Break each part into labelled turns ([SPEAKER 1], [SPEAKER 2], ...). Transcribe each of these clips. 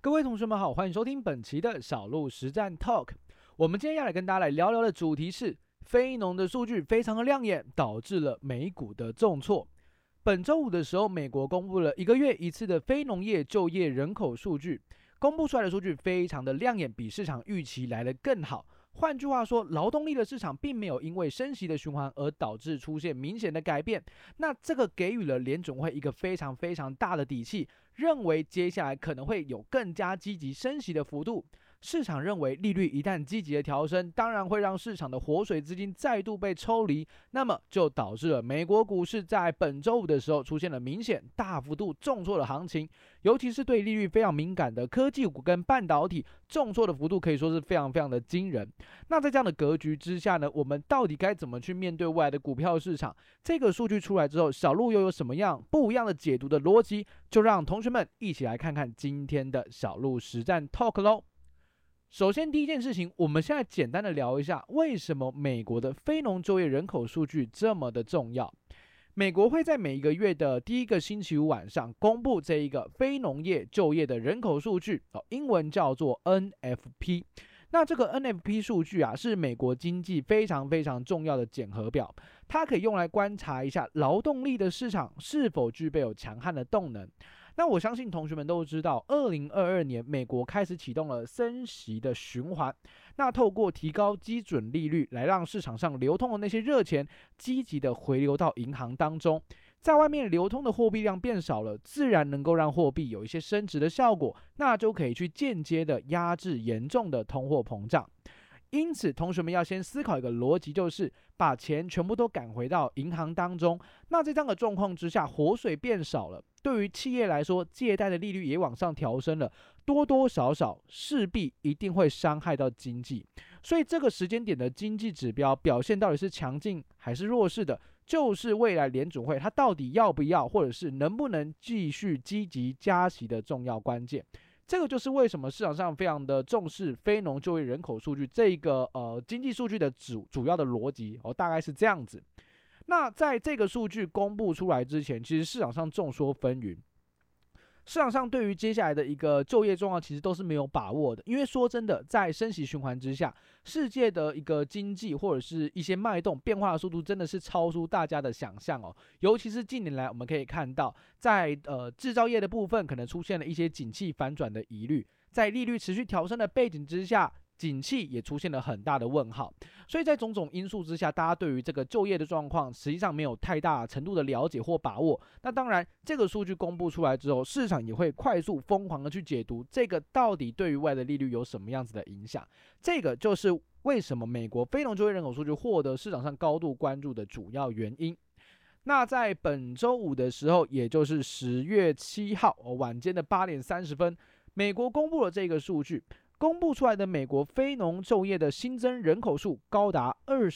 [SPEAKER 1] 各位同学们好，欢迎收听本期的小鹿实战 Talk。我们今天要来跟大家来聊聊的主题是非农的数据非常的亮眼，导致了美股的重挫。本周五的时候，美国公布了1个月一次的非农业就业人口数据，公布出来的数据非常的亮眼，比市场预期来得更好。换句话说，劳动力的市场并没有因为升息的循环而导致出现明显的改变。那这个给予了联准会一个非常非常大的底气，认为接下来可能会有更加积极升息的幅度。市场认为利率一旦积极的调升，当然会让市场的活水资金再度被抽离，那么就导致了美国股市在本周五的时候出现了明显大幅度重挫的行情，尤其是对利率非常敏感的科技股跟半导体，重挫的幅度可以说是非常非常的惊人。那在这样的格局之下呢，我们到底该怎么去面对未来的股票市场？这个数据出来之后，小鹿又有什么样不一样的解读的逻辑？就让同学们一起来看看今天的小鹿实战 Talk 咯。首先，第一件事情，我们现在简单的聊一下，为什么美国的非农就业人口数据这么的重要？美国会在每一个月的第一个星期五晚上公布这一个非农业就业的人口数据，英文叫做 NFP。那这个 NFP 数据啊，是美国经济非常非常重要的检核表，它可以用来观察一下劳动力的市场是否具备有强悍的动能。那我相信同学们都知道，2022年美国开始启动了升息的循环，那透过提高基准利率来让市场上流通的那些热钱积极的回流到银行当中，在外面流通的货币量变少了，自然能够让货币有一些升值的效果，那就可以去间接的压制严重的通货膨胀。因此，同学们要先思考一个逻辑，就是把钱全部都赶回到银行当中。那在这样的状况之下，活水变少了，对于企业来说，借贷的利率也往上调升了，多多少少势必一定会伤害到经济。所以这个时间点的经济指标表现到底是强劲还是弱势的，就是未来联准会它到底要不要，或者是能不能继续积极加息的重要关键。这个就是为什么市场上非常的重视非农就业人口数据这个经济数据的主要的逻辑大概是这样子。那在这个数据公布出来之前，其实市场上众说纷纭，市场上对于接下来的一个就业状况其实都是没有把握的，因为说真的，在升息循环之下，世界的一个经济或者是一些脉动变化的速度真的是超出大家的想象哦。尤其是近年来，我们可以看到，在制造业的部分可能出现了一些景气反转的疑虑，在利率持续调升的背景之下，景气也出现了很大的问号，所以在种种因素之下，大家对于这个就业的状况实际上没有太大程度的了解或把握。那当然，这个数据公布出来之后，市场也会快速疯狂的去解读这个到底对于未来的利率有什么样子的影响。这个就是为什么美国非农就业人口数据获得市场上高度关注的主要原因。那在本周五的时候，也就是10月7号晚间的8点30分，美国公布了这个数据。公布出来的美国非农就业的新增人口数高达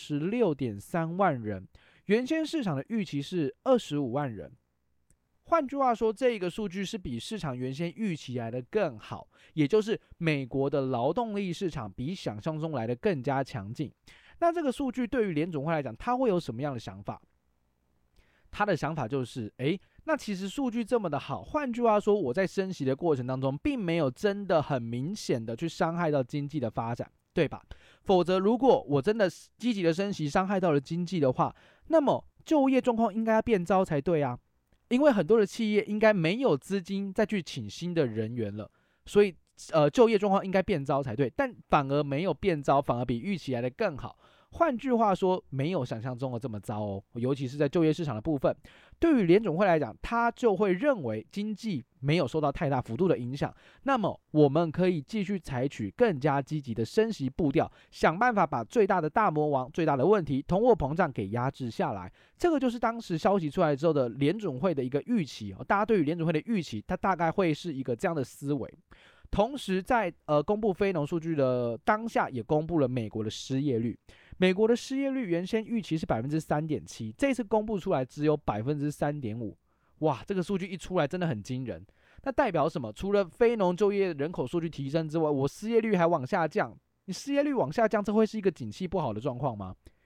[SPEAKER 1] 26.3万人，原先市场的预期是25万人。换句话说，这个数据是比市场原先预期来的更好，也就是美国的劳动力市场比想象中来的更加强劲。那这个数据对于联准会来讲，他会有什么样的想法？他的想法就是，那其实数据这么的好，换句话说，我在升息的过程当中，并没有真的很明显的去伤害到经济的发展，对吧？否则，如果我真的积极的升息伤害到了经济的话，那么就业状况应该要变糟才对啊，因为很多的企业应该没有资金再去请新的人员了，所以就业状况应该变糟才对，但反而没有变糟，反而比预期来的更好。换句话说，没有想象中的这么糟哦，尤其是在就业市场的部分。对于联准会来讲，他就会认为经济没有受到太大幅度的影响，那么我们可以继续采取更加积极的升息步调，想办法把最大的大魔王、最大的问题通货膨胀给压制下来。这个就是当时消息出来之后的联准会的一个预期，大家对于联准会的预期，它大概会是一个这样的思维。同时在公布非农数据的当下，也公布了美国的失业率。美国的失业率原先预期是 3.7%， 这次公布出来只有 3.5%。 哇，这个数据一出来真的很惊人。那代表什么？除了非农就业人口数据提升之外，我失业率还往下降。你失业率往下降，这会是一个景气不好的状况吗？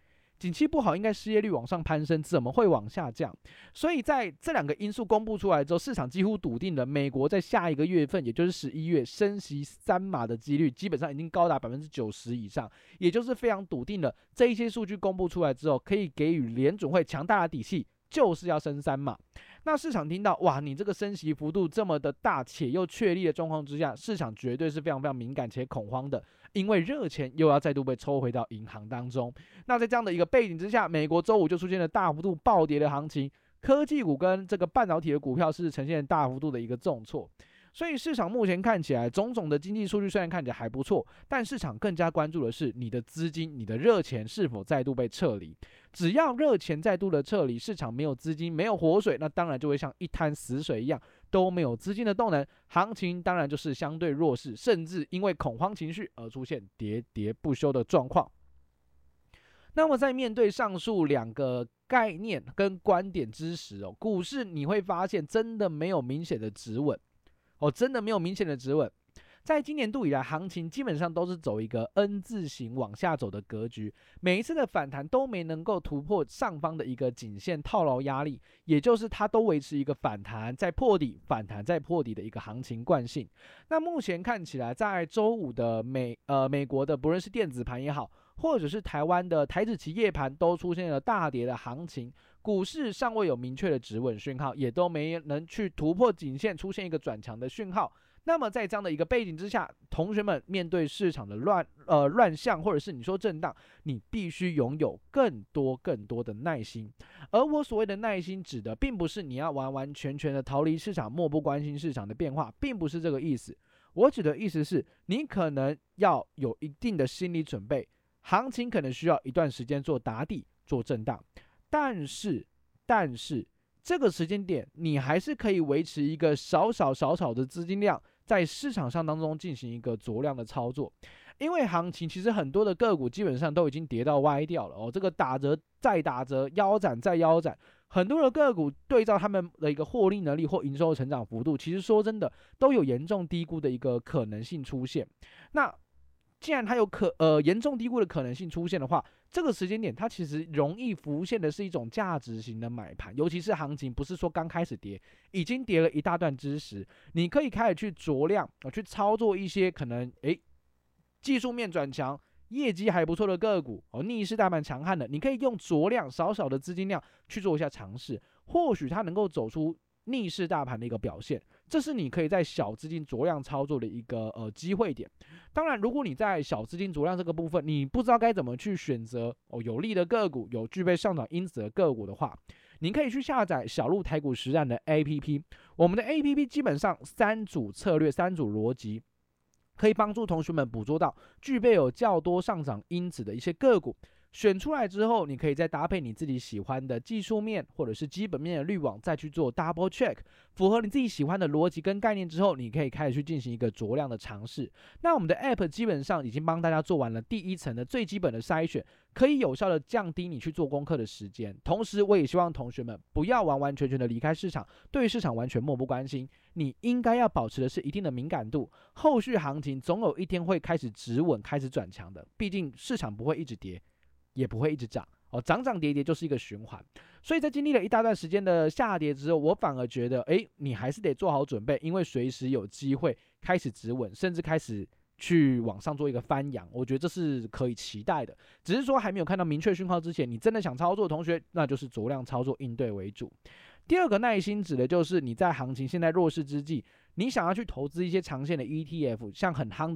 [SPEAKER 1] 景气不好，应该失业率往上攀升，怎么会往下降？所以在这两个因素公布出来之后，市场几乎笃定了美国在下一个月份，也就是11月升息3码的几率，基本上已经高达90%以上，也就是非常笃定了。这一些数据公布出来之后，可以给予联准会强大的底气，就是要升3码。那市场听到哇，你这个升息幅度这么的大且又确立的状况之下，市场绝对是非常非常敏感且恐慌的，因为热钱又要再度被抽回到银行当中。那在这样的一个背景之下，美国周五就出现了大幅度暴跌的行情，科技股跟这个半导体的股票是呈现大幅度的一个重挫。所以市场目前看起来，种种的经济数据虽然看起来还不错，但市场更加关注的是你的资金、你的热钱是否再度被撤离。只要热钱再度的撤离，市场没有资金、没有活水，那当然就会像一滩死水一样，都没有资金的动能，行情当然就是相对弱势，甚至因为恐慌情绪而出现喋喋不休的状况。那么在面对上述两个概念跟观点之时，股市你会发现真的没有明显的止稳。真的没有明显的止稳。在今年度以来，行情基本上都是走一个 N 字形往下走的格局，每一次的反弹都没能够突破上方的一个颈线套牢压力，也就是它都维持一个反弹再破底、反弹再破底的一个行情惯性。那目前看起来，在周五的美国的不论是电子盘也好，或者是台湾的台指期夜盘都出现了大跌的行情，股市尚未有明确的止稳讯号，也都没能去突破颈线，出现一个转强的讯号。那么在这样的一个背景之下，同学们面对市场的乱象，或者是你说震荡，你必须拥有更多的耐心。而我所谓的耐心，指的并不是你要完完全全的逃离市场，漠不关心市场的变化，并不是这个意思。我指的意思是，你可能要有一定的心理准备，行情可能需要一段时间做打底、做震荡，但是这个时间点，你还是可以维持一个少少的资金量，在市场上当中进行一个酌量的操作。因为行情其实很多的个股基本上都已经跌到歪掉了这个打折再打折，腰斩再腰斩，很多的个股对照他们的一个获利能力或营收成长幅度，其实说真的都有严重低估的一个可能性出现。那既然它有严重低估的可能性出现的话，这个时间点它其实容易浮现的是一种价值型的买盘，尤其是行情不是说刚开始跌，已经跌了一大段之时，你可以开始去酌量去操作一些可能技术面转强、业绩还不错的个股逆势大盘强悍的，你可以用酌量少的资金量去做一下尝试，或许它能够走出逆势大盘的一个表现，这是你可以在小资金酌量操作的一个机会点。当然，如果你在小资金酌量这个部分，你不知道该怎么去选择有利的个股、有具备上涨因子的个股的话，你可以去下载小鹿台股实战的 APP。我们的 APP 基本上3组策略、3组逻辑，可以帮助同学们捕捉到具备有较多上涨因子的一些个股。选出来之后，你可以再搭配你自己喜欢的技术面或者是基本面的滤网，再去做 double check， 符合你自己喜欢的逻辑跟概念之后，你可以开始去进行一个酌量的尝试。那我们的 app 基本上已经帮大家做完了第一层的最基本的筛选，可以有效的降低你去做功课的时间。同时，我也希望同学们不要完完全全的离开市场，对于市场完全漠不关心。你应该要保持的是一定的敏感度，后续行情总有一天会开始止稳、开始转强的。毕竟市场不会一直跌，也不会一直涨涨跌就是一个循环。所以在经历了一大段时间的下跌之后，我反而觉得你还是得做好准备，因为随时有机会开始止稳，甚至开始去往上做一个翻扬，我觉得这是可以期待的。只是说还没有看到明确讯号之前，你真的想操作的同学，那就是酌量操作应对为主。第二个耐心指的就是你在行情现在弱势之际，你想要去投资一些长线的 ETF， 像很夯的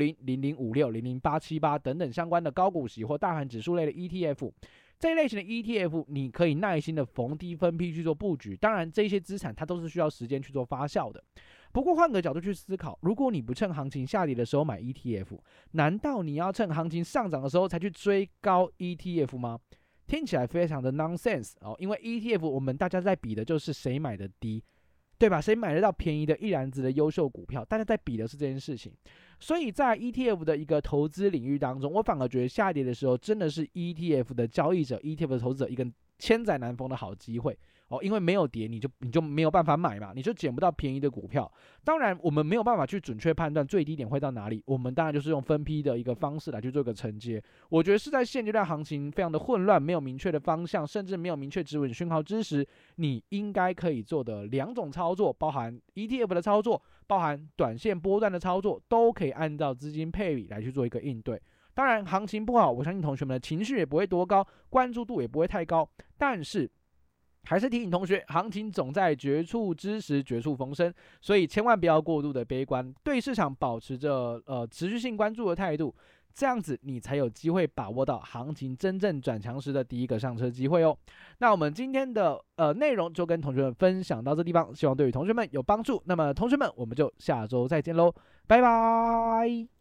[SPEAKER 1] 0050、0056、00878等等相关的高股息或大盘指数类的 ETF， 这一类型的 ETF 你可以耐心的逢低分批去做布局。当然这些资产它都是需要时间去做发酵的。不过换个角度去思考，如果你不趁行情下跌的时候买 ETF， 难道你要趁行情上涨的时候才去追高 ETF 吗？听起来非常的 nonsense 因为 ETF 我们大家在比的就是谁买的低，对吧？谁买得到便宜的一篮子的优秀股票，大家在比的是这件事情。所以在 ETF 的一个投资领域当中，我反而觉得下跌的时候，真的是 ETF 的交易者、ETF 的投资者一个千载难逢的好机会哦，因为没有跌，你就没有办法买嘛，你就捡不到便宜的股票。当然，我们没有办法去准确判断最低点会到哪里，我们当然就是用分批的一个方式来去做一个承接。我觉得是在现阶段行情非常的混乱，没有明确的方向，甚至没有明确止稳讯号之时，你应该可以做的2种操作，包含 ETF 的操作，包含短线波段的操作，都可以按照资金配比来去做一个应对。当然，行情不好，我相信同学们的情绪也不会多高，关注度也不会太高。但是，还是提醒同学，行情总在绝处之时绝处逢生，所以千万不要过度的悲观，对市场保持着持续性关注的态度，这样子你才有机会把握到行情真正转强时的第一个上车机会哦。那我们今天的内容就跟同学们分享到这地方，希望对于同学们有帮助。那么同学们，我们就下周再见喽，拜拜。